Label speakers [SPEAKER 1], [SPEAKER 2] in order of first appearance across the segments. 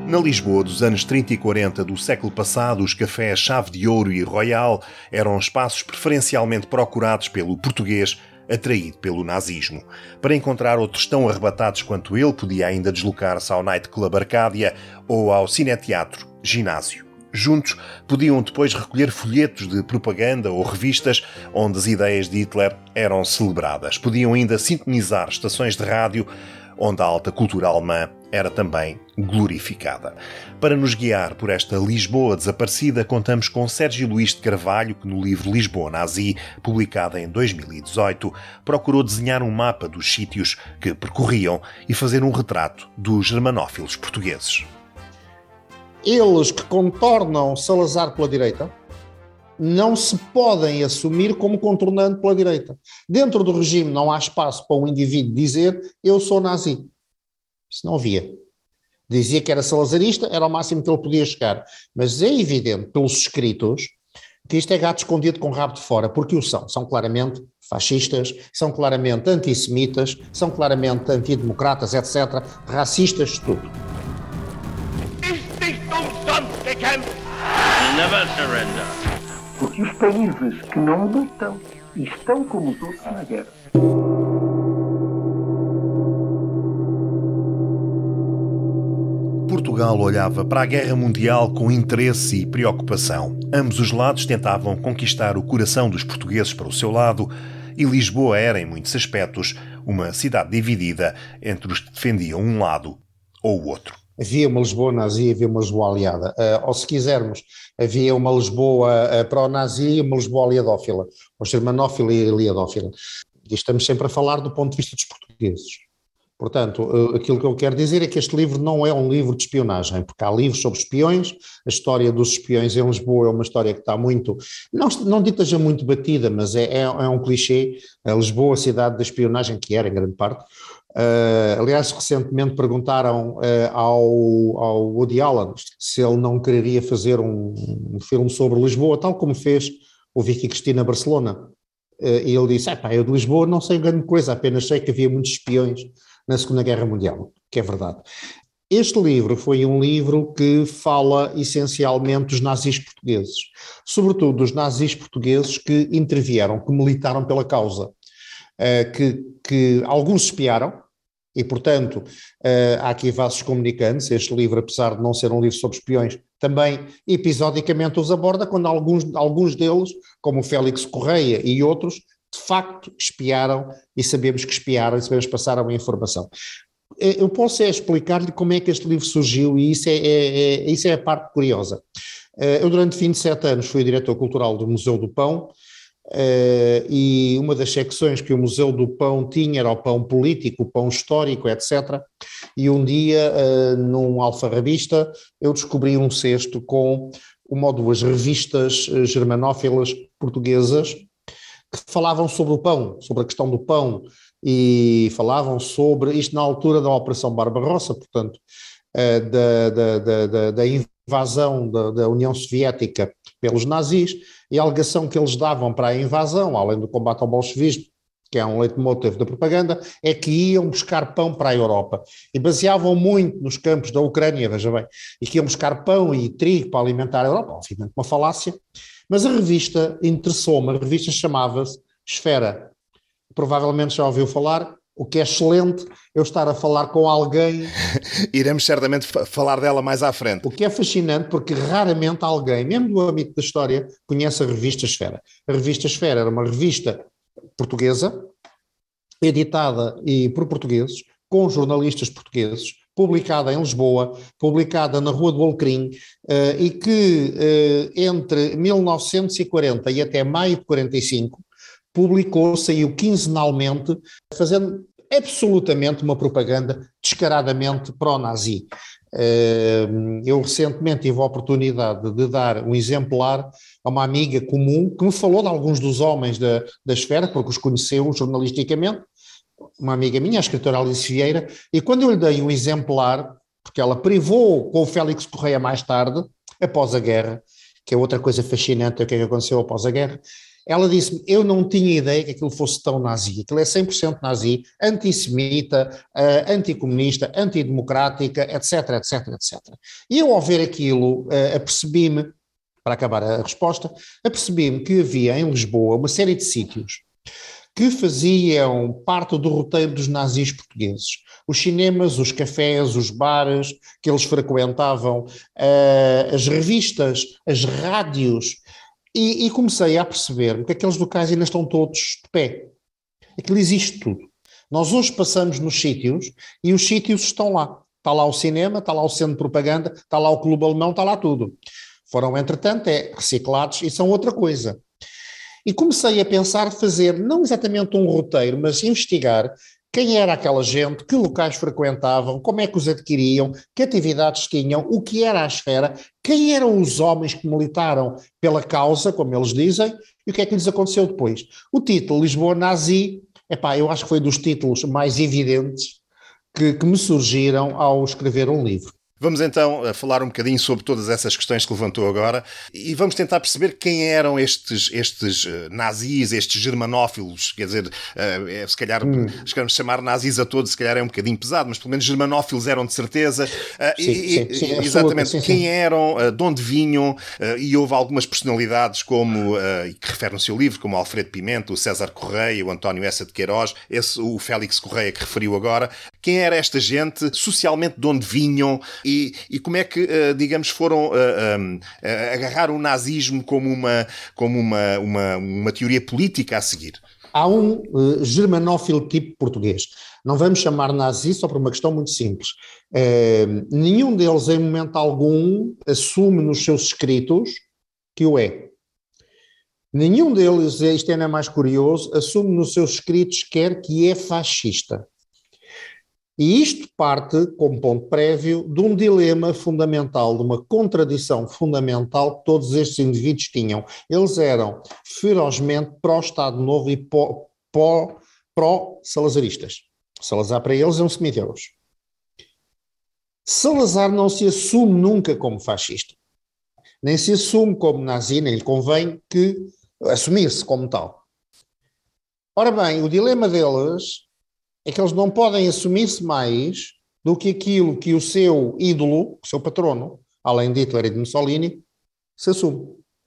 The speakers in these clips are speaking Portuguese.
[SPEAKER 1] Na Lisboa dos anos 30 e 40 do século passado, os cafés Chave de Ouro e Royal eram espaços preferencialmente procurados pelo português atraído pelo nazismo. Para encontrar outros tão arrebatados quanto ele, podia ainda deslocar-se ao Nightclub Arcádia ou ao Cineteatro Ginásio. Juntos, podiam depois recolher folhetos de propaganda ou revistas onde as ideias de Hitler eram celebradas. Podiam ainda sintonizar estações de rádio onde a alta cultura alemã era também glorificada. Para nos guiar por esta Lisboa desaparecida, contamos com Sérgio Luís de Carvalho, que no livro Lisboa Nazi, publicado em 2018, procurou desenhar um mapa dos sítios que percorriam e fazer um retrato dos germanófilos portugueses.
[SPEAKER 2] Eles que contornam Salazar pela direita não se podem assumir como contornando pela direita. Dentro do regime não há espaço para um indivíduo dizer eu sou nazi. Isso não havia. Dizia que era salazarista, era o máximo que ele podia chegar. Mas é evidente pelos escritos que isto é gato escondido com o rabo de fora, porque o são. São claramente fascistas, são claramente antissemitas, são claramente antidemocratas, etc. Racistas, tudo.
[SPEAKER 3] Never surrender.
[SPEAKER 4] Porque os países que não lutam estão como os outros na guerra.
[SPEAKER 1] Portugal olhava para a Guerra Mundial com interesse e preocupação. Ambos os lados tentavam conquistar o coração dos portugueses para o seu lado e Lisboa era, em muitos aspectos, uma cidade dividida entre os que defendiam um lado ou o outro.
[SPEAKER 2] Havia uma Lisboa nazi e havia uma Lisboa aliada. Ou se quisermos, havia uma Lisboa pró-nazi e uma Lisboa aliadófila, ou germanófila e aliadófila. E estamos sempre a falar do ponto de vista dos portugueses. Portanto, aquilo que eu quero dizer é que este livro não é um livro de espionagem, porque há livros sobre espiões, a história dos espiões em Lisboa é uma história que está muito, não dita já muito batida, mas é um clichê, a Lisboa, a cidade da espionagem, que era em grande parte. Aliás, recentemente perguntaram ao Woody Allen se ele não quereria fazer um filme sobre Lisboa, tal como fez o Vicky Cristina Barcelona. E ele disse, eu de Lisboa não sei grande coisa, apenas sei que havia muitos espiões na Segunda Guerra Mundial, que é verdade. Este livro foi um livro que fala essencialmente dos nazis portugueses, sobretudo dos nazis portugueses que intervieram, que militaram pela causa, que alguns espiaram, e portanto há aqui vasos comunicantes. Este livro, apesar de não ser um livro sobre espiões, também episodicamente os aborda quando alguns deles, como o Félix Correia e outros, de facto espiaram e sabemos que espiaram e sabemos que passaram a informação. Eu posso explicar-lhe como é que este livro surgiu e isso é a parte curiosa. Eu durante 27 anos fui diretor cultural do Museu do Pão e uma das secções que o Museu do Pão tinha era o pão político, o pão histórico, etc. E um dia, num alfarrabista, eu descobri um cesto com uma ou duas revistas germanófilas portuguesas que falavam sobre o pão, sobre a questão do pão, e falavam sobre isto na altura da Operação Barbarossa, portanto, da invasão da União Soviética pelos nazis, e a alegação que eles davam para a invasão, além do combate ao bolchevismo, que é um leitmotiv da propaganda, é que iam buscar pão para a Europa. E baseavam muito nos campos da Ucrânia, veja bem, e que iam buscar pão e trigo para alimentar a Europa, obviamente uma falácia. Mas a revista interessou-me, a revista chamava-se Esfera. Provavelmente já ouviu falar, o que é excelente eu estar a falar com alguém.
[SPEAKER 1] Iremos certamente falar dela mais à frente.
[SPEAKER 2] O que é fascinante, porque raramente alguém, mesmo do âmbito da história, conhece a revista Esfera. A revista Esfera era uma revista portuguesa, editada por portugueses, com jornalistas portugueses, publicada em Lisboa, publicada na Rua do Alecrim, e que entre 1940 e até maio de 45 saiu quinzenalmente, fazendo absolutamente uma propaganda descaradamente pró-nazi. Eu recentemente tive a oportunidade de dar um exemplar a uma amiga comum que me falou de alguns dos homens da Esfera, porque os conheceu jornalisticamente, uma amiga minha, a escritora Alice Vieira, e quando eu lhe dei um exemplar, porque ela privou com o Félix Correia mais tarde, após a guerra, que é outra coisa fascinante, o que é que aconteceu após a guerra, Ela disse-me, eu não tinha ideia que aquilo fosse tão nazi, aquilo é 100% nazi, antissemita, anticomunista, antidemocrática, etc, etc, etc. E eu ao ver aquilo, apercebi-me, para acabar a resposta, apercebi-me que havia em Lisboa uma série de sítios que faziam parte do roteiro dos nazis portugueses. Os cinemas, os cafés, os bares que eles frequentavam, as revistas, as rádios, e comecei a perceber que aqueles locais ainda estão todos de pé. Aquilo existe tudo. Nós hoje passamos nos sítios e os sítios estão lá. Está lá o cinema, está lá o centro de propaganda, está lá o clube alemão, está lá tudo. Foram, entretanto, reciclados e são outra coisa. E comecei a pensar fazer, não exatamente um roteiro, mas investigar quem era aquela gente, que locais frequentavam, como é que os adquiriam, que atividades tinham, o que era a esfera, quem eram os homens que militaram pela causa, como eles dizem, e o que é que lhes aconteceu depois. O título Lisboa Nazi, eu acho que foi dos títulos mais evidentes que me surgiram ao escrever um livro.
[SPEAKER 1] Vamos então falar um bocadinho sobre todas essas questões que levantou agora e vamos tentar perceber quem eram estes nazis, estes germanófilos, quer dizer, se calhar queremos chamar nazis a todos, se calhar é um bocadinho pesado, mas pelo menos germanófilos eram de certeza.
[SPEAKER 2] Sim,
[SPEAKER 1] exatamente,
[SPEAKER 2] sim,
[SPEAKER 1] quem eram, de onde vinham, e houve algumas personalidades como, que refere no seu livro, como o Alfredo Pimenta, o César Correia, o António Essa de Queiroz, o Félix Correia que referiu agora. Quem era esta gente, socialmente de onde vinham e como é que, digamos, foram agarrar o nazismo como uma teoria política a seguir?
[SPEAKER 2] Há um germanófilo tipo português. Não vamos chamar nazi só por uma questão muito simples. Nenhum deles, em momento algum, assume nos seus escritos que o é. Nenhum deles, isto ainda é mais curioso, assume nos seus escritos quer que é fascista. E isto parte, como ponto prévio, de um dilema fundamental, de uma contradição fundamental que todos estes indivíduos tinham. Eles eram ferozmente pró-Estado Novo e pró-salazaristas. Salazar para eles é um cemitério. Salazar não se assume nunca como fascista, nem se assume como nazi, nem lhe convém que assumir-se como tal. Ora bem, o dilema deles é que eles não podem assumir-se mais do que aquilo que o seu ídolo, o seu patrono, além de Hitler e de Mussolini, se assume.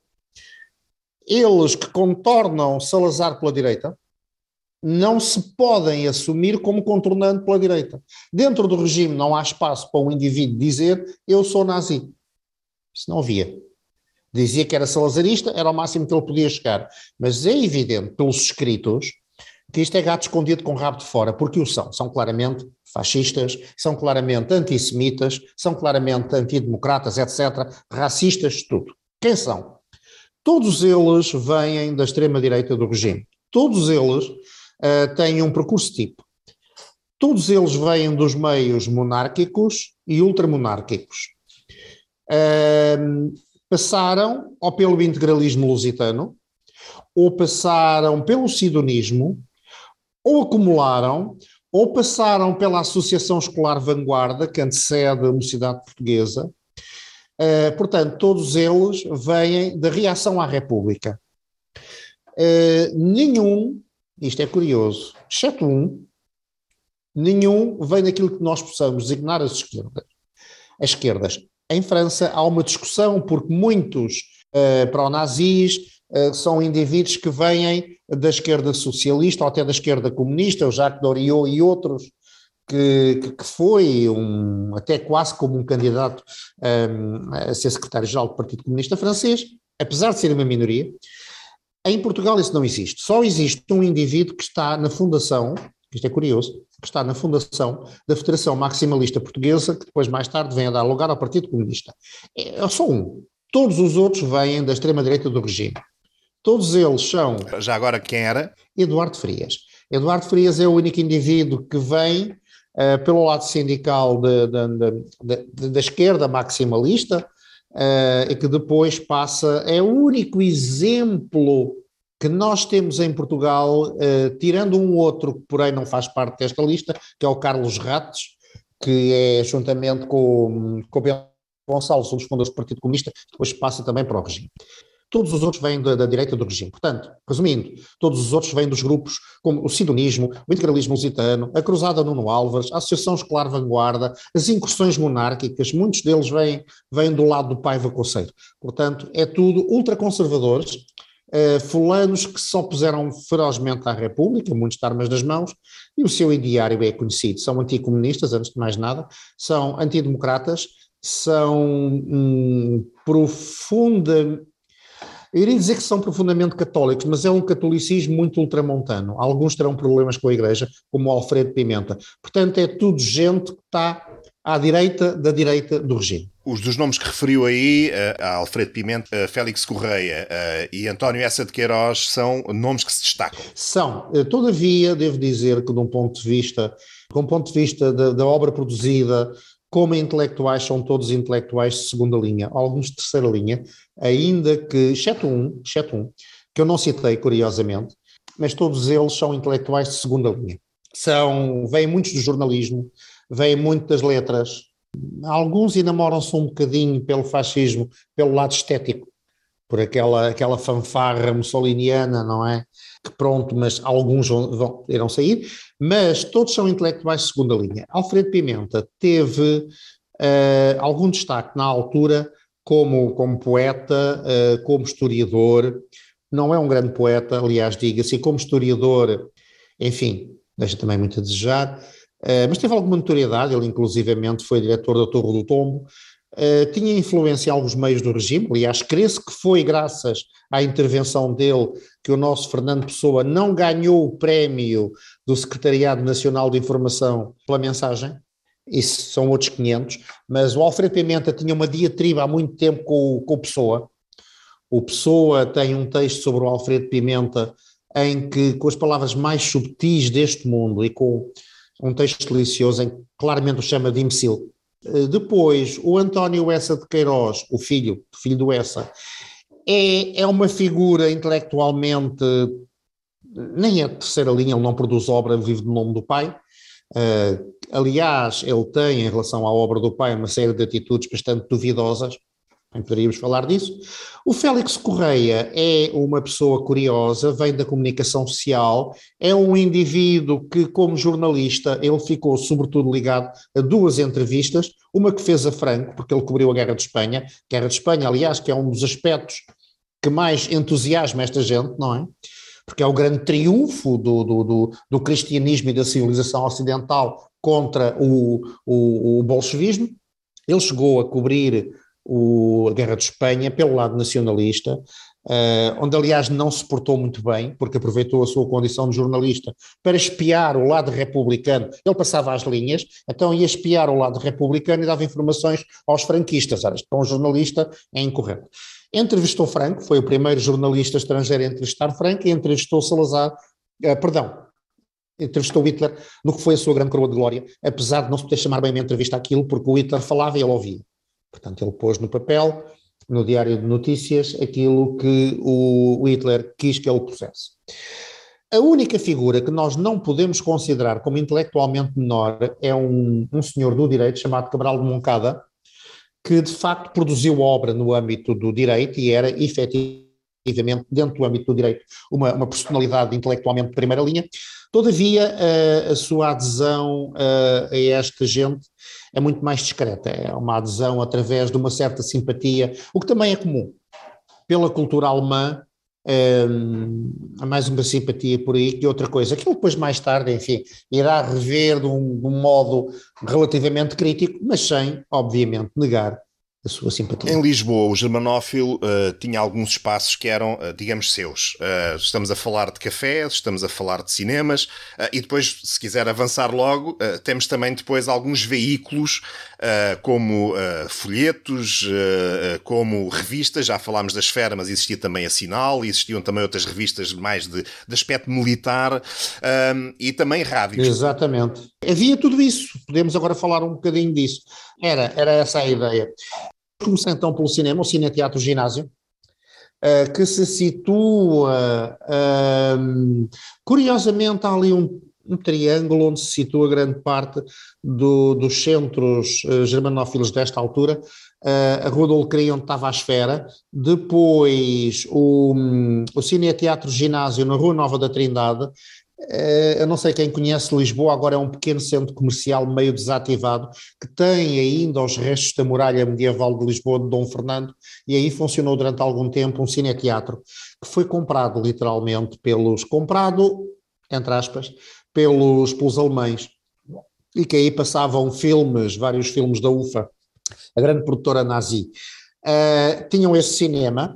[SPEAKER 2] Eles que contornam Salazar pela direita não se podem assumir como contornando pela direita. Dentro do regime não há espaço para um indivíduo dizer eu sou nazi. Isso não havia. Dizia que era salazarista, era o máximo que ele podia chegar. Mas é evidente pelos escritos que isto é gato escondido com o rabo de fora, porque o são. São claramente fascistas, são claramente antissemitas, são claramente antidemocratas, etc., racistas, tudo. Quem são? Todos eles vêm da extrema-direita do regime. Todos eles têm um percurso tipo. Todos eles vêm dos meios monárquicos e ultramonárquicos. Passaram ou pelo integralismo lusitano, ou passaram pelo sidonismo, ou acumularam, ou passaram pela Associação Escolar Vanguarda, que antecede a Mocidade Portuguesa. Portanto, todos eles vêm da reação à República. Nenhum, isto é curioso, exceto nenhum vem daquilo que nós possamos designar as esquerdas. As esquerdas. Em França há uma discussão porque muitos pró-nazis são indivíduos que vêm da esquerda socialista ou até da esquerda comunista, o Jacques Doriot e outros, que foi até quase como um candidato a ser secretário-geral do Partido Comunista Francês, apesar de ser uma minoria. Em Portugal isso não existe. Só existe um indivíduo que está na fundação, isto é curioso, que está na fundação da Federação Maximalista Portuguesa, que depois mais tarde vem a dar lugar ao Partido Comunista. É só um. Todos os outros vêm da extrema-direita do regime. Todos eles são...
[SPEAKER 1] Já agora quem era?
[SPEAKER 2] Eduardo Frias. Eduardo Frias é o único indivíduo que vem pelo lado sindical da esquerda maximalista e que depois passa... É o único exemplo que nós temos em Portugal, tirando um outro que porém não faz parte desta lista, que é o Carlos Ratos, que é juntamente com o Bento Gonçalves, um dos fundadores do Partido Comunista, depois passa também para o regime. todos os outros vêm da direita do regime. Portanto, resumindo, todos os outros vêm dos grupos como o sidonismo, o integralismo lusitano, a Cruzada Nuno Álvares, a Associação Escolar Vanguarda, as incursões monárquicas, muitos deles vêm do lado do Paiva Coceiro. Portanto, é tudo ultraconservadores, fulanos que se opuseram ferozmente à República, muitos de armas nas mãos, e o seu ideário é conhecido. São anticomunistas, antes de mais nada, são antidemocratas, são eu iria dizer que são profundamente católicos, mas é um catolicismo muito ultramontano. Alguns terão problemas com a Igreja, como o Alfredo Pimenta. Portanto, é tudo gente que está à direita da direita do regime.
[SPEAKER 1] Os dos nomes que referiu aí, Alfredo Pimenta, Félix Correia e António Eça de Queiroz, são nomes que se destacam.
[SPEAKER 2] São. Todavia, devo dizer que, de um ponto de vista da obra produzida, como intelectuais, são todos intelectuais de segunda linha, alguns de terceira linha, ainda que, exceto um, que eu não citei curiosamente, mas todos eles são intelectuais de segunda linha. Vêm muitos do jornalismo, vêm muito das letras, alguns enamoram-se um bocadinho pelo fascismo, pelo lado estético, por aquela fanfarra mussoliniana, não é? Que pronto, mas alguns irão sair, mas todos são intelectuais de segunda linha. Alfredo Pimenta teve algum destaque na altura como poeta, como historiador, não é um grande poeta, aliás, diga-se, como historiador, enfim, deixa também muito a desejar, mas teve alguma notoriedade, ele inclusivamente foi diretor da Torre do Tombo, tinha influência em alguns meios do regime, aliás, crê-se que foi graças à intervenção dele que o nosso Fernando Pessoa não ganhou o prémio do Secretariado Nacional de Informação pela mensagem, isso são outros 500, mas o Alfredo Pimenta tinha uma diatriba há muito tempo com o Pessoa. O Pessoa tem um texto sobre o Alfredo Pimenta em que, com as palavras mais subtis deste mundo e com um texto delicioso em que claramente o chama de imbecil. Depois, o António Eça de Queiroz, o filho do Eça, é uma figura intelectualmente, nem é de terceira linha, ele não produz obra, vive do nome do pai. Aliás, ele tem, em relação à obra do pai, uma série de atitudes bastante duvidosas, nem poderíamos falar disso. O Félix Correia é uma pessoa curiosa, vem da comunicação social, é um indivíduo que, como jornalista, ele ficou sobretudo ligado a duas entrevistas, uma que fez a Franco, porque ele cobriu a Guerra de Espanha, aliás, que é um dos aspectos que mais entusiasma esta gente, não é? Porque é o grande triunfo do cristianismo e da civilização ocidental contra o bolchevismo. Ele chegou a cobrir a Guerra de Espanha pelo lado nacionalista, onde aliás não se portou muito bem, porque aproveitou a sua condição de jornalista para espiar o lado republicano. Ele passava as linhas, então ia espiar o lado republicano e dava informações aos franquistas. Ora, para um jornalista é incorreto. Entrevistou Franco, foi o primeiro jornalista estrangeiro a entrevistar Franco, e entrevistou entrevistou Hitler no que foi a sua grande coroa de glória, apesar de não se poder chamar bem uma entrevista àquilo, porque o Hitler falava e ele ouvia. Portanto, ele pôs no papel, no diário de notícias, aquilo que o Hitler quis que ele pusesse. A única figura que nós não podemos considerar como intelectualmente menor é um senhor do direito chamado Cabral de Moncada, que de facto produziu obra no âmbito do direito e era efetivamente, dentro do âmbito do direito, uma personalidade intelectualmente de primeira linha. Todavia, a sua adesão a esta gente é muito mais discreta, é uma adesão através de uma certa simpatia, o que também é comum. Pela cultura alemã, há mais uma simpatia por aí que outra coisa, que ele depois mais tarde, enfim, irá rever de um modo relativamente crítico, mas sem, obviamente, negar a sua simpatia.
[SPEAKER 1] Em Lisboa, o Germanófilo tinha alguns espaços que eram, digamos, seus. Estamos a falar de cafés, estamos a falar de cinemas, e depois, se quiser avançar logo, temos também depois alguns veículos, como folhetos, como revistas. Já falámos da Esfera, mas existia também a Sinal, e existiam também outras revistas mais de aspecto militar, e também rádios.
[SPEAKER 2] Exatamente. Havia tudo isso, podemos agora falar um bocadinho disso. Era essa a ideia. Comecei então pelo cinema, o Cineteatro Ginásio, que se situa, curiosamente há ali um triângulo onde se situa grande parte dos centros germanófilos desta altura. a Rua do Alecrim, onde estava a Esfera, depois o Cineteatro Ginásio na Rua Nova da Trindade. Eu não sei quem conhece Lisboa, agora é um pequeno centro comercial meio desativado, que tem ainda os restos da muralha medieval de Lisboa de Dom Fernando, e aí funcionou durante algum tempo um cineteatro, que foi comprado literalmente entre aspas, pelos alemães, e que aí passavam vários filmes da UFA, a grande produtora nazi. Tinham esse cinema,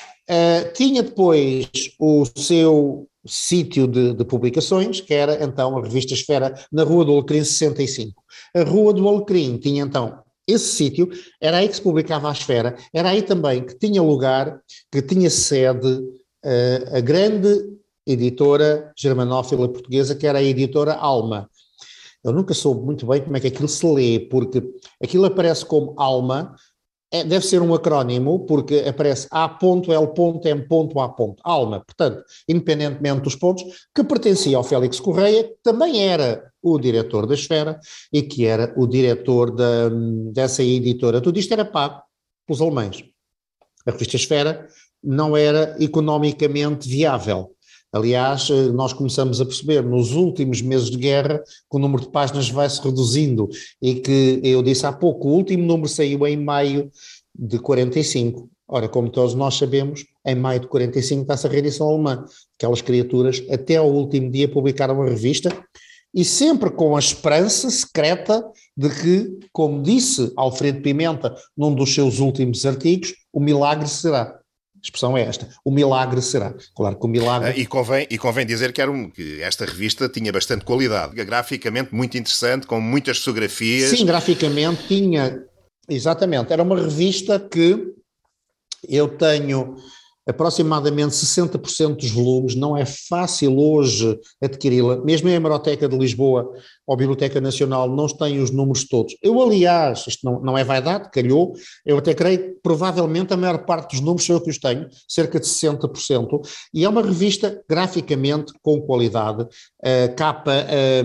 [SPEAKER 2] tinha depois o seu sítio de publicações, que era então a revista Esfera, na Rua do Alecrim 65. A Rua do Alecrim tinha então esse sítio, era aí que se publicava a Esfera, era aí também que tinha lugar, que tinha sede a grande editora germanófila portuguesa, que era a editora Alma. Eu nunca soube muito bem como é que aquilo se lê, porque aquilo aparece como Alma, deve ser um acrónimo, porque aparece A.L.M.A. Alma, portanto, independentemente dos pontos, que pertencia ao Félix Correia, que também era o diretor da Esfera e que era o diretor dessa editora. Tudo isto era pago pelos alemães. A revista Esfera não era economicamente viável. Aliás, nós começamos a perceber nos últimos meses de guerra que o número de páginas vai-se reduzindo e que, eu disse há pouco, o último número saiu em maio de 45. Ora, como todos nós sabemos, em maio de 45 está-se a reedição alemã. Aquelas criaturas até ao último dia publicaram a revista e sempre com a esperança secreta de que, como disse Alfredo Pimenta num dos seus últimos artigos, o milagre será. A expressão é esta, o milagre será. Claro que o milagre...
[SPEAKER 1] E convém dizer que esta revista tinha bastante qualidade, graficamente muito interessante, com muitas fotografias.
[SPEAKER 2] Sim, graficamente tinha, exatamente, era uma revista que eu tenho aproximadamente 60% dos volumes, não é fácil hoje adquiri-la, mesmo em Hemeroteca de Lisboa ou Biblioteca Nacional não tem os números todos. Eu, aliás, isto não é vaidade, calhou, eu até creio que provavelmente a maior parte dos números sou eu que os tenho, cerca de 60%, e é uma revista graficamente com qualidade, capa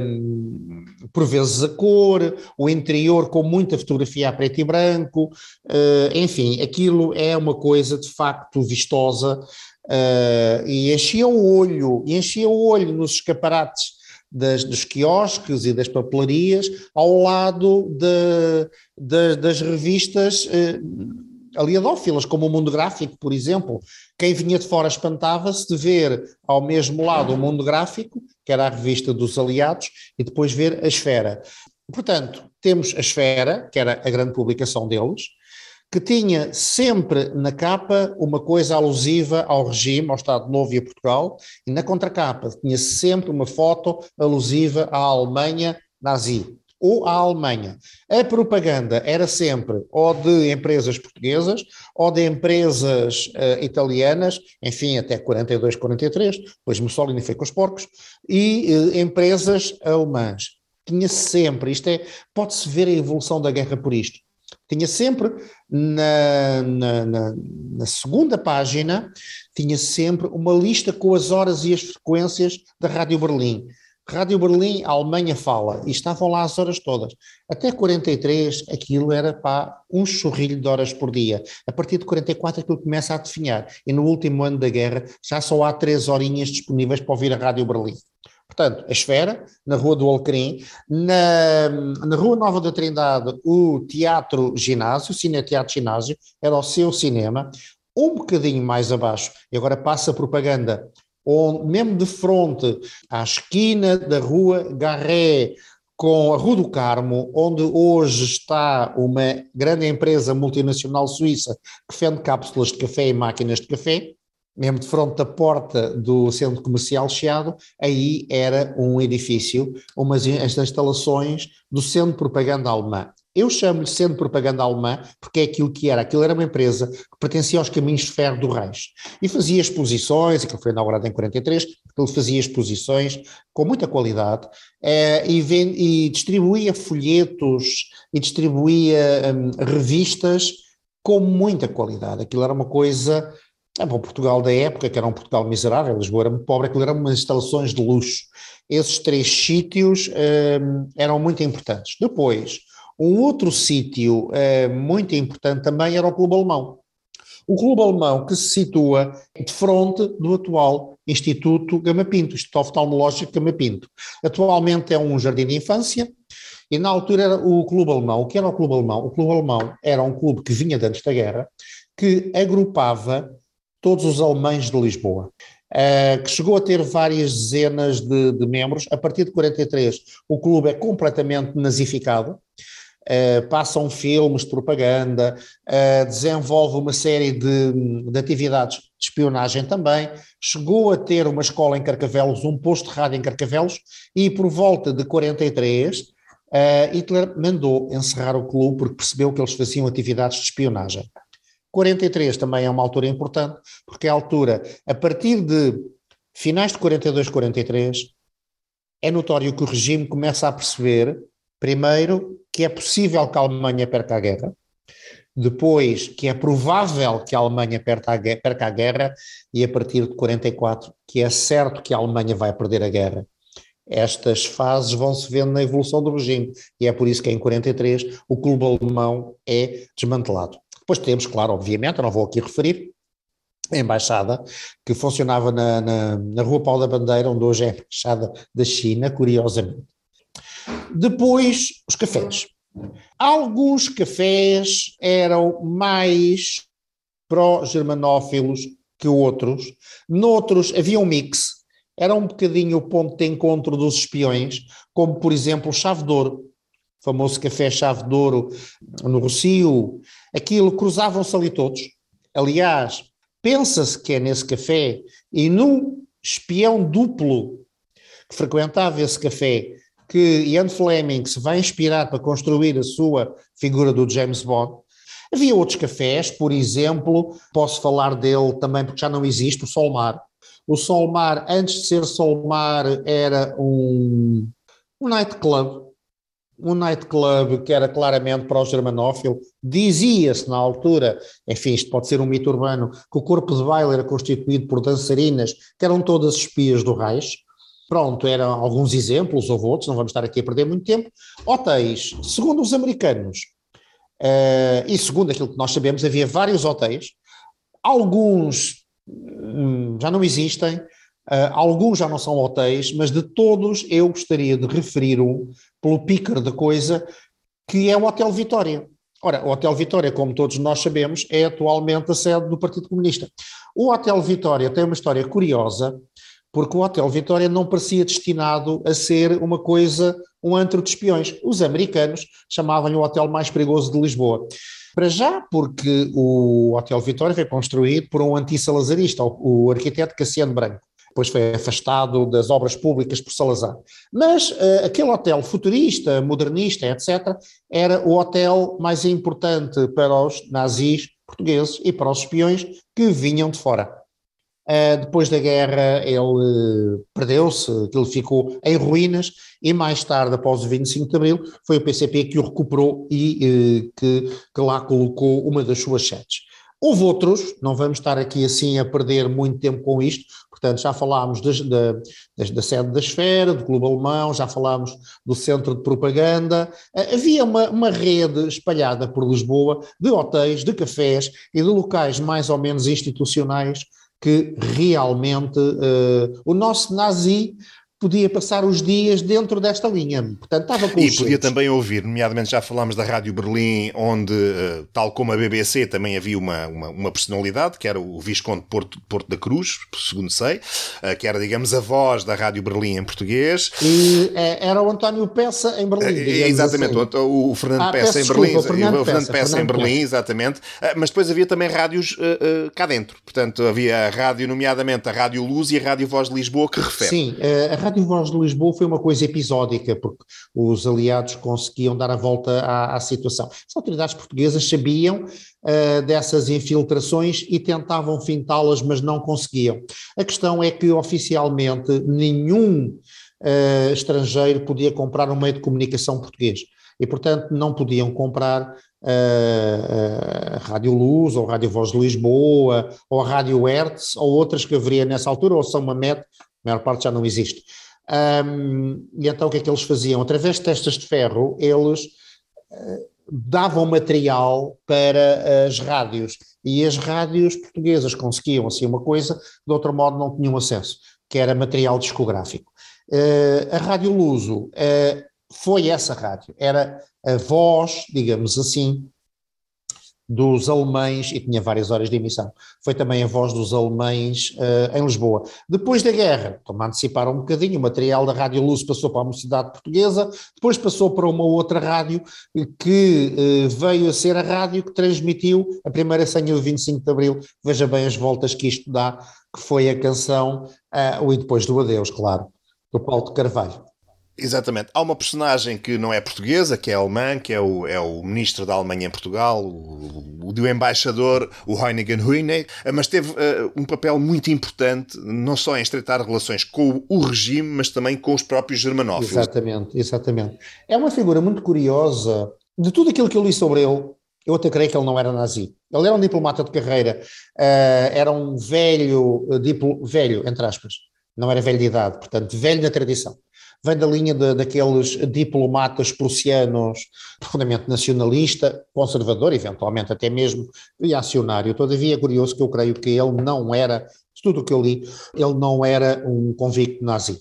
[SPEAKER 2] por vezes a cor, o interior com muita fotografia a preto e branco, enfim, aquilo é uma coisa de facto vistosa, e enchia o olho nos escaparates dos quiosques e das papelarias, ao lado das revistas aliadófilas, como o Mundo Gráfico, por exemplo. Quem vinha de fora espantava-se de ver ao mesmo lado o Mundo Gráfico, que era a revista dos aliados, e depois ver a Esfera. Portanto, temos a Esfera, que era a grande publicação deles, que tinha sempre na capa uma coisa alusiva ao regime, ao Estado Novo e a Portugal, e na contracapa tinha sempre uma foto alusiva à Alemanha nazi, ou à Alemanha. A propaganda era sempre ou de empresas portuguesas, ou de empresas italianas, enfim, até 42, 43, depois Mussolini foi com os porcos, e empresas alemãs. Tinha sempre, pode-se ver a evolução da guerra por isto. Tinha sempre, na segunda página, tinha sempre uma lista com as horas e as frequências da Rádio Berlim. Rádio Berlim, a Alemanha fala, e estavam lá as horas todas. Até 43, aquilo era um chorrilho de horas por dia. A partir de 44, aquilo começa a definhar. E no último ano da guerra, já só há 3 horinhas disponíveis para ouvir a Rádio Berlim. Portanto, a Esfera, na Rua do Alecrim, na Rua Nova da Trindade, o Teatro Ginásio, o Cineteatro Ginásio, era o seu cinema, um bocadinho mais abaixo, e agora passa a propaganda, mesmo de frente à esquina da Rua Garré, com a Rua do Carmo, onde hoje está uma grande empresa multinacional suíça que vende cápsulas de café e máquinas de café, mesmo de frente da porta do centro comercial Chiado, aí era um edifício, as instalações do Centro de Propaganda Alemã. Eu chamo-lhe Centro de Propaganda Alemã porque é aquilo que era. Aquilo era uma empresa que pertencia aos caminhos de ferro do Reich e fazia exposições, aquilo foi inaugurado em 43, ele fazia exposições com muita qualidade e distribuía folhetos e distribuía revistas com muita qualidade. Aquilo era uma coisa... Bom, Portugal da época, que era um Portugal miserável, Lisboa era muito pobre, aquilo eram umas instalações de luxo. Esses 3 sítios eram muito importantes. Depois, Um outro sítio muito importante também era o Clube Alemão. O Clube Alemão que se situa de fronte do atual Instituto Gama Pinto, Instituto Oftalmológico Gama Pinto. Atualmente é um jardim de infância e na altura era o Clube Alemão. O que era o Clube Alemão? O Clube Alemão era um clube que vinha de antes da guerra, que agrupava todos os alemães de Lisboa. Que chegou a ter várias dezenas de membros. A partir de 43 o clube é completamente nazificado. Passam filmes de propaganda, desenvolve uma série de atividades de espionagem também, chegou a ter uma escola em Carcavelos, um posto de rádio em Carcavelos, e por volta de 43 Hitler mandou encerrar o clube porque percebeu que eles faziam atividades de espionagem. 43 também é uma altura importante, porque é a altura, a partir de finais de 42, 43, é notório que o regime começa a perceber, primeiro, que é possível que a Alemanha perca a guerra, depois que é provável que a Alemanha perca a guerra, e a partir de 44 que é certo que a Alemanha vai perder a guerra. Estas fases vão-se vendo na evolução do regime, e é por isso que em 43 o clube alemão é desmantelado. Depois temos, claro, obviamente, eu não vou aqui referir, a embaixada, que funcionava na Rua Paulo da Bandeira, onde hoje é a embaixada da China, curiosamente. Depois, os cafés. Alguns cafés eram mais pró-germanófilos que outros. Noutros havia um mix. Era um bocadinho o ponto de encontro dos espiões, como, por exemplo, o Chave de Ouro. O famoso café Chave de Ouro no Rossio. Aquilo, cruzavam-se ali todos. Aliás, pensa-se que é nesse café e num espião duplo que frequentava esse café que Ian Fleming se vai inspirar para construir a sua figura do James Bond. Havia outros cafés, por exemplo, posso falar dele também porque já não existe, o Solmar. O Solmar, antes de ser Solmar, era um nightclub. Um nightclub que era claramente para o germanófilo. Dizia-se na altura, enfim, isto pode ser um mito urbano, que o corpo de baile era constituído por dançarinas que eram todas espias do Reich. Pronto, eram alguns exemplos, houve outros, não vamos estar aqui a perder muito tempo. Hotéis, segundo os americanos, e segundo aquilo que nós sabemos, havia vários hotéis, alguns já não existem, alguns já não são hotéis, mas de todos eu gostaria de referir um, pelo pícaro da coisa, que é o Hotel Vitória. Ora, o Hotel Vitória, como todos nós sabemos, é atualmente a sede do Partido Comunista. O Hotel Vitória tem uma história curiosa, porque o Hotel Vitória não parecia destinado a ser uma coisa, um antro de espiões. Os americanos chamavam-lhe o hotel mais perigoso de Lisboa. Para já, porque o Hotel Vitória foi construído por um anti-salazarista, o arquiteto Cassiano Branco. Depois foi afastado das obras públicas por Salazar. Mas aquele hotel futurista, modernista, etc., era o hotel mais importante para os nazis portugueses e para os espiões que vinham de fora. Depois da guerra ele perdeu-se, aquilo ficou em ruínas e mais tarde, após o 25 de Abril, foi o PCP que o recuperou e que lá colocou uma das suas sedes. Houve outros, não vamos estar aqui assim a perder muito tempo com isto, portanto já falámos da sede da Esfera, do Clube Alemão, já falámos do Centro de Propaganda, havia uma rede espalhada por Lisboa de hotéis, de cafés e de locais mais ou menos institucionais que realmente o nosso nazi podia passar os dias dentro desta linha, portanto estava com os
[SPEAKER 1] E podia também ouvir, nomeadamente já falámos da Rádio Berlim, onde, tal como a BBC, também havia uma personalidade, que era o Visconde Porto da Cruz, segundo sei, que era, digamos, a voz da Rádio Berlim em português.
[SPEAKER 2] E era o António Peça em Berlim,
[SPEAKER 1] exatamente,
[SPEAKER 2] assim.
[SPEAKER 1] o Fernando Peça em Berlim, o Fernando Peça em Berlim, exatamente, mas depois havia também rádios cá dentro, portanto havia a rádio, nomeadamente a Rádio Luz e a Rádio Voz de Lisboa, que refere.
[SPEAKER 2] Sim, a Rádio Voz de Lisboa foi uma coisa episódica, porque os aliados conseguiam dar a volta à situação. As autoridades portuguesas sabiam dessas infiltrações e tentavam fintá-las, mas não conseguiam. A questão é que oficialmente nenhum estrangeiro podia comprar um meio de comunicação português e, portanto, não podiam comprar a Rádio Luz, ou a Rádio Voz de Lisboa, ou a Rádio Hertz, ou outras que haveria nessa altura, ou São Mamede, a maior parte já não existe. E então o que é que eles faziam? Através de testas de ferro, eles davam material para as rádios, e as rádios portuguesas conseguiam assim uma coisa que de outro modo não tinham acesso, que era material discográfico. A Rádio Luso foi essa rádio, era a voz, digamos assim, dos alemães, e tinha várias horas de emissão. Foi também a voz dos alemães em Lisboa. Depois da guerra, como anteciparam um bocadinho, o material da Rádio Luso passou para a Mocidade Portuguesa, depois passou para uma outra rádio que veio a ser a rádio que transmitiu a primeira senha do 25 de Abril. Veja bem as voltas que isto dá, que foi a canção O E Depois do Adeus, claro, do Paulo de Carvalho.
[SPEAKER 1] Exatamente. Há uma personagem que não é portuguesa, que é alemã, que é o ministro da Alemanha em Portugal, o embaixador, o Heinigen Huene, mas teve um papel muito importante, não só em estreitar relações com o regime, mas também com os próprios germanófilos.
[SPEAKER 2] Exatamente, exatamente. É uma figura muito curiosa. De tudo aquilo que eu li sobre ele, eu até creio que ele não era nazi. Ele era um diplomata de carreira, era um velho, entre aspas, não era velho de idade, portanto, velho na tradição. Vem da linha daqueles diplomatas prussianos, profundamente nacionalista, conservador, eventualmente até mesmo reacionário. Todavia é curioso que eu creio que ele não era, de tudo o que eu li, ele não era um convicto nazi.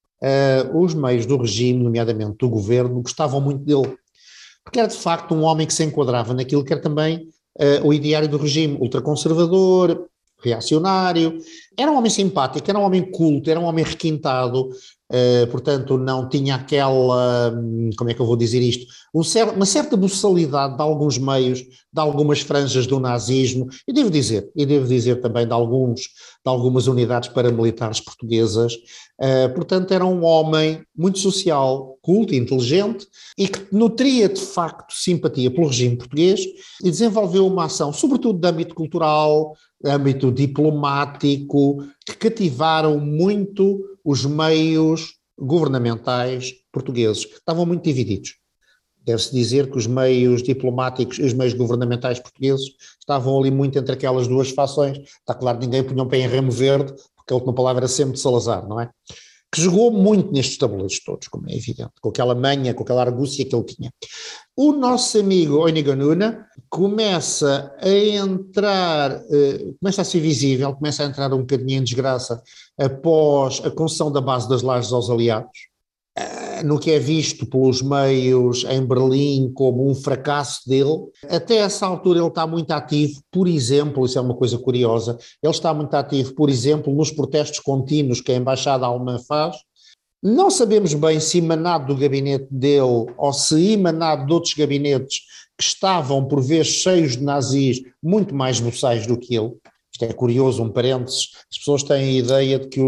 [SPEAKER 2] Os meios do regime, nomeadamente do governo, gostavam muito dele, porque era de facto um homem que se enquadrava naquilo que era também o ideário do regime, ultraconservador, reacionário. Era um homem simpático, era um homem culto, era um homem requintado, portanto não tinha aquela, como é que eu vou dizer isto, uma certa boçalidade de alguns meios, de algumas franjas do nazismo, e devo dizer também de algumas unidades paramilitares portuguesas. Portanto era um homem muito social, culto, inteligente, e que nutria de facto simpatia pelo regime português e desenvolveu uma ação, sobretudo de âmbito cultural, âmbito diplomático, que cativaram muito os meios governamentais portugueses, que estavam muito divididos. Deve-se dizer que os meios diplomáticos e os meios governamentais portugueses estavam ali muito entre aquelas duas fações. Está claro, ninguém punha um pé em remo verde, porque a última palavra era sempre de Salazar, não é? Que jogou muito nestes tabuleiros todos, como é evidente, com aquela manha, com aquela argúcia que ele tinha. O nosso amigo Heinigen Huene começa a entrar, começa a ser visível, começa a entrar um bocadinho em desgraça após a concessão da base das Lajes aos aliados, no que é visto pelos meios em Berlim como um fracasso dele. Até essa altura ele está muito ativo, por exemplo, isso é uma coisa curiosa, ele está muito ativo, por exemplo, nos protestos contínuos que a Embaixada Alemã faz. Não sabemos bem se emanado do gabinete dele ou se emanado de outros gabinetes que estavam, por vezes, cheios de nazis muito mais boçais do que ele. Isto é curioso, um parênteses, as pessoas têm a ideia de que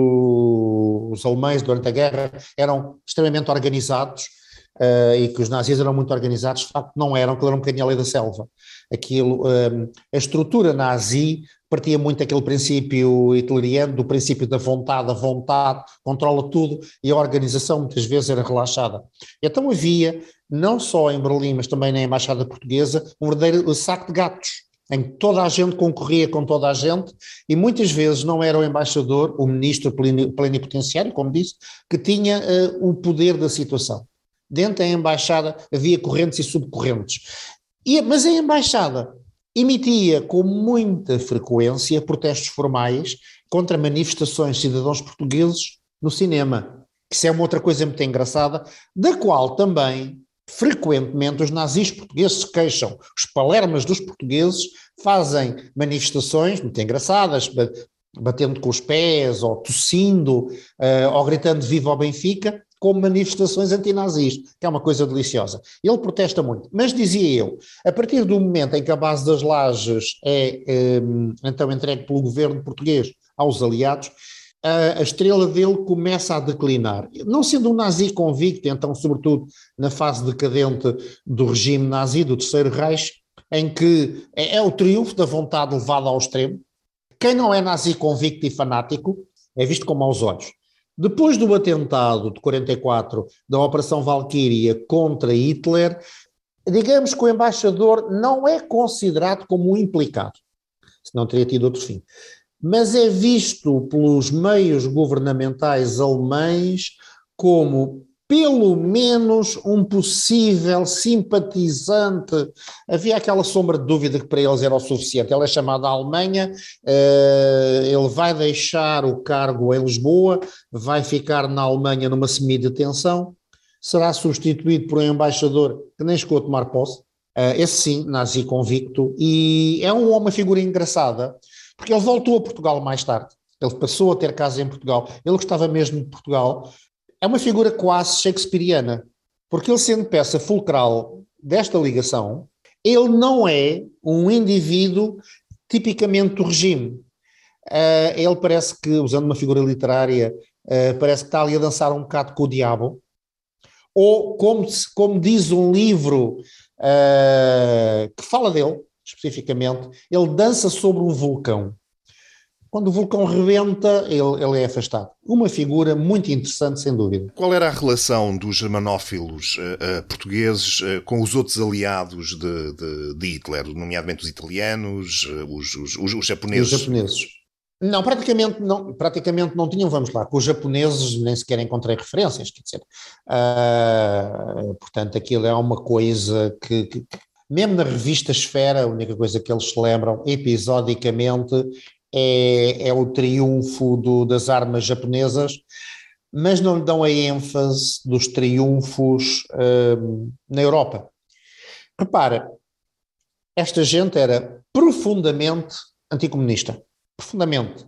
[SPEAKER 2] os alemães durante a guerra eram extremamente organizados e que os nazis eram muito organizados. De facto não eram, aquilo era um bocadinho a lei da selva. A estrutura nazi partia muito daquele princípio hitleriano, do princípio da vontade, a vontade controla tudo, e a organização muitas vezes era relaxada. Então havia, não só em Berlim, mas também na Embaixada Portuguesa, um verdadeiro saco de gatos, em que toda a gente concorria com toda a gente, e muitas vezes não era o embaixador, o ministro plenipotenciário, como disse, que tinha o poder da situação. Dentro da embaixada havia correntes e subcorrentes. Mas a embaixada emitia com muita frequência protestos formais contra manifestações de cidadãos portugueses no cinema, que isso é uma outra coisa muito engraçada, da qual também frequentemente os nazis portugueses se queixam. Os palermas dos portugueses fazem manifestações muito engraçadas, batendo com os pés, ou tossindo, ou gritando viva ao Benfica, como manifestações antinazis, que é uma coisa deliciosa. Ele protesta muito, mas dizia eu, a partir do momento em que a base das Lajes é então entregue pelo governo português aos aliados, a estrela dele começa a declinar. Não sendo um nazi convicto, então sobretudo na fase decadente do regime nazi, do Terceiro Reich, em que é o triunfo da vontade levada ao extremo. Quem não é nazi convicto e fanático é visto com maus olhos. Depois do atentado de 44, da Operação Valkyria contra Hitler, digamos que o embaixador não é considerado como um implicado, senão teria tido outro fim, mas é visto pelos meios governamentais alemães como pelo menos um possível simpatizante. Havia aquela sombra de dúvida que para eles era o suficiente. Ele é chamado à Alemanha, ele vai deixar o cargo em Lisboa, vai ficar na Alemanha numa semi-detenção, será substituído por um embaixador que nem chegou a tomar posse, esse sim, nazi convicto, e é uma figura engraçada, porque ele voltou a Portugal mais tarde, ele passou a ter casa em Portugal, ele gostava mesmo de Portugal. É uma figura quase shakespeariana, porque ele sendo peça fulcral desta ligação, ele não é um indivíduo tipicamente do regime. Ele parece que, usando uma figura literária, parece que está ali a dançar um bocado com o diabo, ou como diz um livro que fala dele, especificamente, ele dança sobre um vulcão. Quando o vulcão rebenta, ele é afastado. Uma figura muito interessante, sem dúvida.
[SPEAKER 1] Qual era a relação dos germanófilos portugueses com os outros aliados de Hitler, nomeadamente os italianos, os japoneses?
[SPEAKER 2] Os japoneses. Não, praticamente não tinham, vamos lá, com os japoneses nem sequer encontrei referências, quer dizer, portanto aquilo é uma coisa que mesmo na revista Esfera, a única coisa que eles se lembram episodicamente é o triunfo das armas japonesas, mas não lhe dão a ênfase dos triunfos na Europa. Repara, esta gente era profundamente anticomunista, profundamente.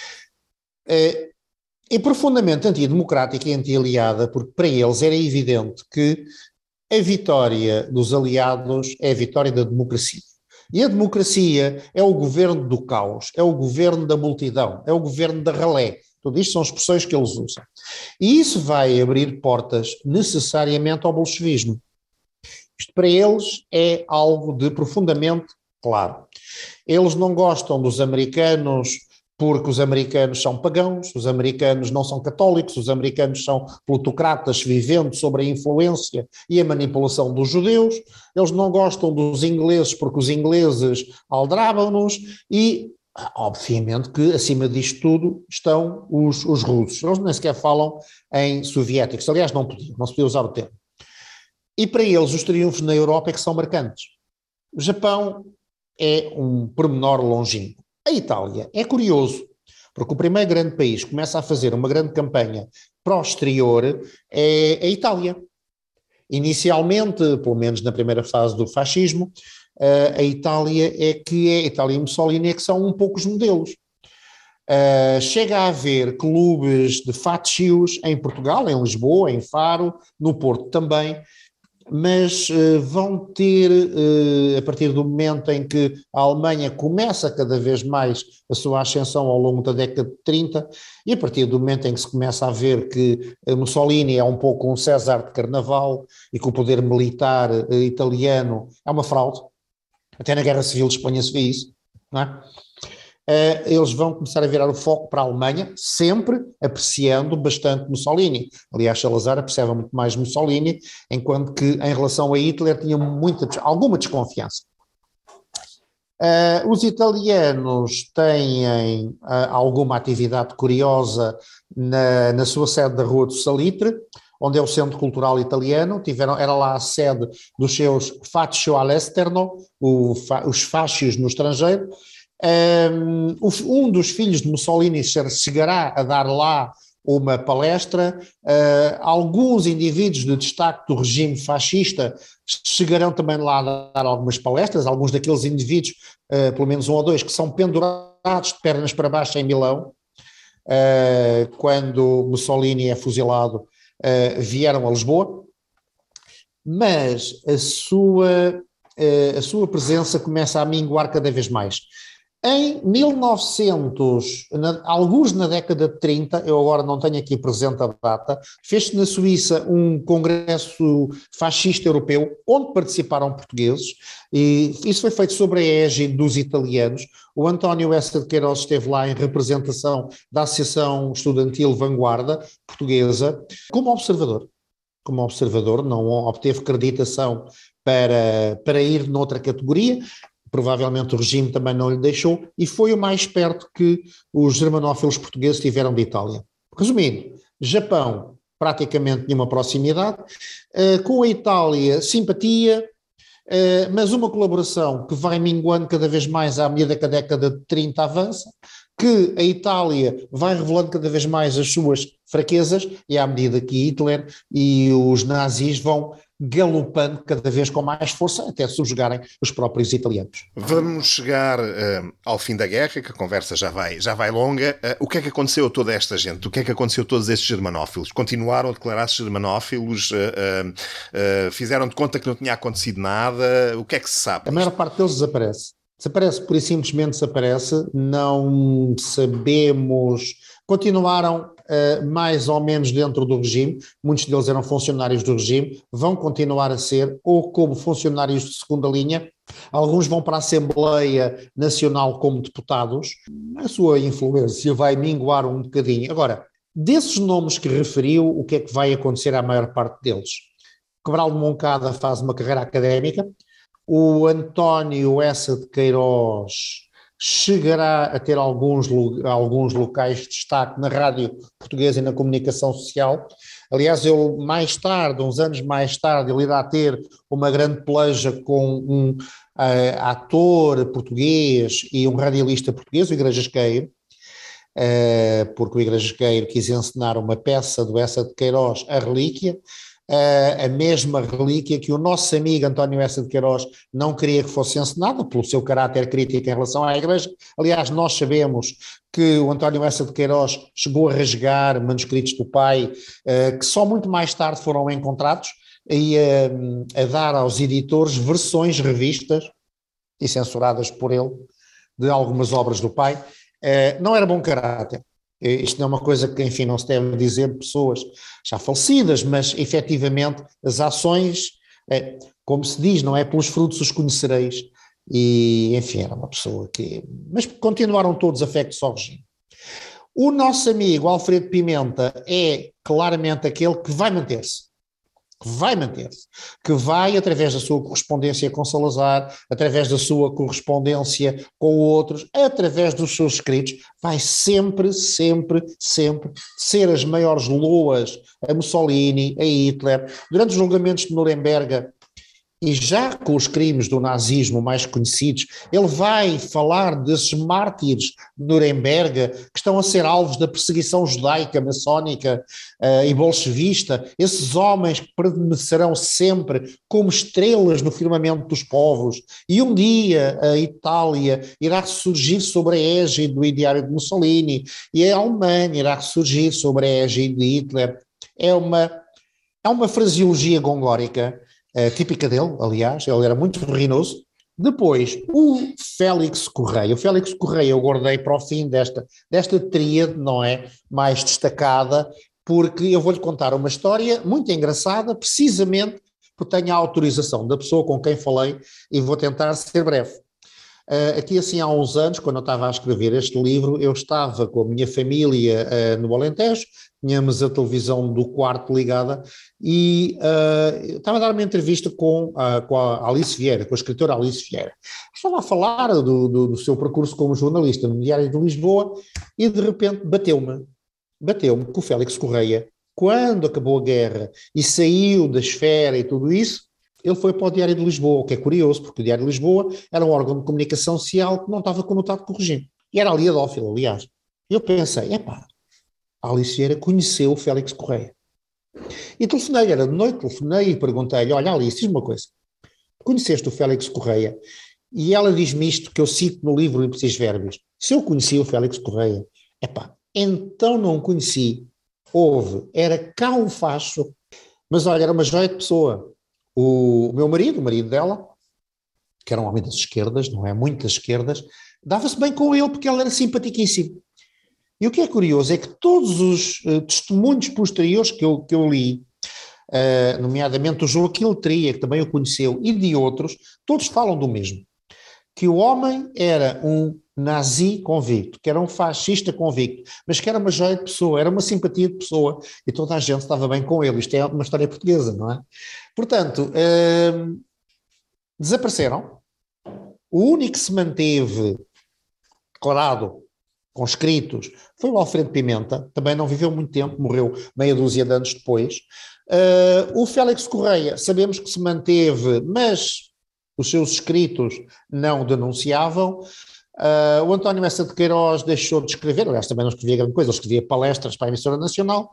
[SPEAKER 2] E profundamente antidemocrática e anti-aliada, porque para eles era evidente que a vitória dos aliados é a vitória da democracia. E a democracia é o governo do caos, é o governo da multidão, é o governo da ralé. Tudo isto são expressões que eles usam. E isso vai abrir portas necessariamente ao bolchevismo. Isto para eles é algo de profundamente claro. Eles não gostam dos americanos porque os americanos são pagãos, os americanos não são católicos, os americanos são plutocratas vivendo sobre a influência e a manipulação dos judeus, eles não gostam dos ingleses porque os ingleses aldrabam-nos e, obviamente, que acima disto tudo estão os russos. Eles nem sequer falam em soviéticos, aliás não se podia usar o termo. E para eles os triunfos na Europa é que são marcantes. O Japão é um pormenor longínquo. A Itália é curioso, porque o primeiro grande país que começa a fazer uma grande campanha para o exterior é a Itália. Inicialmente, pelo menos na primeira fase do fascismo, a Itália Itália e Mussolini é que são um pouco os modelos. Chega a haver clubes de fácios em Portugal, em Lisboa, em Faro, no Porto também, mas vão ter, a partir do momento em que a Alemanha começa cada vez mais a sua ascensão ao longo da década de 30, e a partir do momento em que se começa a ver que Mussolini é um pouco um César de Carnaval e que o poder militar italiano é uma fraude, até na Guerra Civil de Espanha se vê isso, não é? Eles vão começar a virar o foco para a Alemanha, sempre apreciando bastante Mussolini. Aliás, Salazar apreciava muito mais Mussolini, enquanto que em relação a Hitler tinha alguma desconfiança. Os italianos têm alguma atividade curiosa na sua sede da Rua do Salitre, onde é o Centro Cultural Italiano. Era lá a sede dos seus Fascio all'Esterno, os fascios no estrangeiro. Um dos filhos de Mussolini chegará a dar lá uma palestra, alguns indivíduos de destaque do regime fascista chegarão também lá a dar algumas palestras, alguns daqueles indivíduos, pelo menos um ou dois, que são pendurados de pernas para baixo em Milão, quando Mussolini é fuzilado, vieram a Lisboa, mas a sua presença começa a minguar cada vez mais. Em 1900, alguns na década de 30, eu agora não tenho aqui presente a data, fez-se na Suíça um congresso fascista europeu, onde participaram portugueses, e isso foi feito sobre a égide dos italianos. O António Essa de Queiroz esteve lá em representação da Associação Estudantil Vanguarda Portuguesa, como observador. Não obteve acreditação para ir noutra categoria. Provavelmente o regime também não lhe deixou, e foi o mais perto que os germanófilos portugueses tiveram de Itália. Resumindo, Japão praticamente nenhuma proximidade, com a Itália, simpatia, mas uma colaboração que vai minguando cada vez mais à medida que a década de 30 avança, que a Itália vai revelando cada vez mais as suas fraquezas, e à medida que Hitler e os nazis vão galopando cada vez com mais força até subjugarem os próprios italianos.
[SPEAKER 1] Vamos chegar ao fim da guerra, que a conversa já vai longa. O que é que aconteceu a toda esta gente? O que é que aconteceu a todos estes germanófilos? Continuaram a declarar-se germanófilos? Fizeram de conta que não tinha acontecido nada? O que é que se sabe?
[SPEAKER 2] A maior parte deles desaparece. Desaparece, pura e simplesmente desaparece, não sabemos, continuaram mais ou menos dentro do regime, muitos deles eram funcionários do regime, vão continuar a ser, ou como funcionários de segunda linha, alguns vão para a Assembleia Nacional como deputados, a sua influência vai minguar um bocadinho. Agora, desses nomes que referiu, o que é que vai acontecer à maior parte deles? Cabral de Moncada faz uma carreira académica, o António Essa de Queiroz chegará a ter alguns locais de destaque na rádio portuguesa e na comunicação social. Aliás, ele mais tarde, uns anos mais tarde, ele irá ter uma grande peleja com um ator português e um radialista português, o Igrejas Queiro, porque o Igrejas Queiro quis encenar uma peça do Essa de Queiroz, A Relíquia, a mesma relíquia que o nosso amigo António Essa de Queiroz não queria que fosse encenada, pelo seu caráter crítico em relação à Igreja. Aliás, nós sabemos que o António Essa de Queiroz chegou a rasgar manuscritos do pai, que só muito mais tarde foram encontrados, e a dar aos editores versões revistas e censuradas por ele de algumas obras do pai. Não era bom caráter. Isto não é uma coisa que, enfim, não se deve dizer de pessoas já falecidas, mas efetivamente as ações, como se diz, não é pelos frutos os conhecereis, e enfim, era uma pessoa que... Mas continuaram todos afectos ao regime. O nosso amigo Alfredo Pimenta é claramente aquele que vai manter-se, que vai, através da sua correspondência com Salazar, através da sua correspondência com outros, através dos seus escritos, vai sempre ser as maiores loas a Mussolini, a Hitler. Durante os julgamentos de Nuremberg, e já com os crimes do nazismo mais conhecidos, ele vai falar desses mártires de Nuremberg que estão a ser alvos da perseguição judaica, maçónica e bolchevista, esses homens que permanecerão sempre como estrelas no firmamento dos povos, e um dia a Itália irá ressurgir sobre a égide do ideário de Mussolini, e a Alemanha irá ressurgir sobre a égide de Hitler. É uma fraseologia gongórica, típica dele, aliás, ele era muito verrinoso. Depois, o Félix Correia eu guardei para o fim desta tríade, não é, mais destacada, porque eu vou-lhe contar uma história muito engraçada, precisamente porque tenho a autorização da pessoa com quem falei, e vou tentar ser breve. Aqui assim há uns anos, quando eu estava a escrever este livro, eu estava com a minha família no Alentejo, tínhamos a televisão do quarto ligada, e estava a dar uma entrevista com a Alice Vieira, com a escritora Alice Vieira. Estava a falar do seu percurso como jornalista no Diário de Lisboa, e de repente bateu-me que o Félix Correia, quando acabou a guerra e saiu da esfera e tudo isso, ele foi para o Diário de Lisboa, o que é curioso, porque o Diário de Lisboa era um órgão de comunicação social que não estava conotado com o regime. E era ali Adófilo, aliás. Eu pensei, a Alice Vieira conheceu o Félix Correia. E telefonei, era de noite, telefonei e perguntei-lhe, olha Alice, diz-me uma coisa, conheceste o Félix Correia? E ela diz-me isto que eu cito no livro Ipsis Verbis. Se eu conheci o Félix Correia, então não conheci. Era cá um facho, mas olha, era uma joia de pessoa. O meu marido, o marido dela, que era um homem das esquerdas, não é? Muito das esquerdas, dava-se bem com ele porque ele era simpaticíssimo. E o que é curioso é que todos os testemunhos posteriores que eu li, nomeadamente o Joaquim Letria, que também o conheceu, e de outros, todos falam do mesmo. Que o homem era um nazi convicto, que era um fascista convicto, mas que era uma joia de pessoa, era uma simpatia de pessoa, e toda a gente estava bem com ele. Isto é uma história portuguesa, não é? Portanto, desapareceram. O único que se manteve declarado conscritos, foi o Alfredo Pimenta, também não viveu muito tempo, morreu meia dúzia de anos depois. O Félix Correia, sabemos que se manteve, mas os seus escritos não denunciavam. O António Messa de Queiroz deixou de escrever, aliás também não escrevia grande coisa, ele escrevia palestras para a emissora nacional.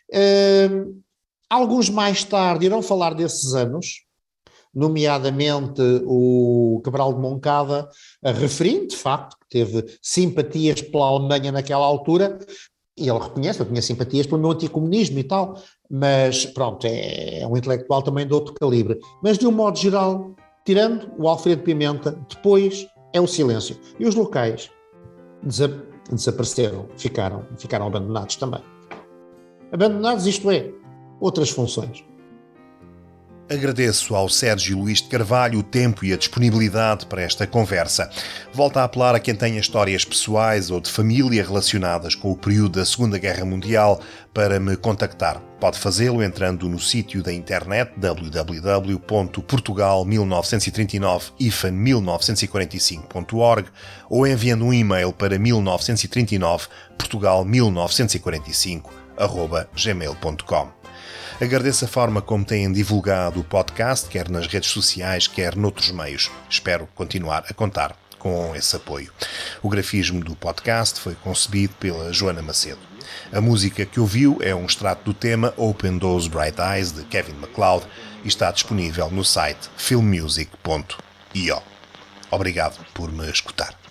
[SPEAKER 2] Alguns mais tarde irão falar desses anos, nomeadamente o Cabral de Moncada, referindo, de facto, que teve simpatias pela Alemanha naquela altura, e ele reconhece, eu tinha simpatias pelo meu anticomunismo e tal, mas pronto, é um intelectual também de outro calibre. Mas de um modo geral, tirando o Alfredo Pimenta, depois é o silêncio. E os locais desapareceram, ficaram abandonados também. Abandonados, isto é, outras funções.
[SPEAKER 1] Agradeço ao Sérgio Luís de Carvalho o tempo e a disponibilidade para esta conversa. Volto a apelar a quem tenha histórias pessoais ou de família relacionadas com o período da Segunda Guerra Mundial para me contactar. Pode fazê-lo entrando no sítio da internet www.portugal1939-1945.org ou enviando um e-mail para 1939portugal1945@gmail.com. Agradeço a forma como têm divulgado o podcast, quer nas redes sociais, quer noutros meios. Espero continuar a contar com esse apoio. O grafismo do podcast foi concebido pela Joana Macedo. A música que ouviu é um extrato do tema Open Those Bright Eyes, de Kevin MacLeod, e está disponível no site filmmusic.io. Obrigado por me escutar.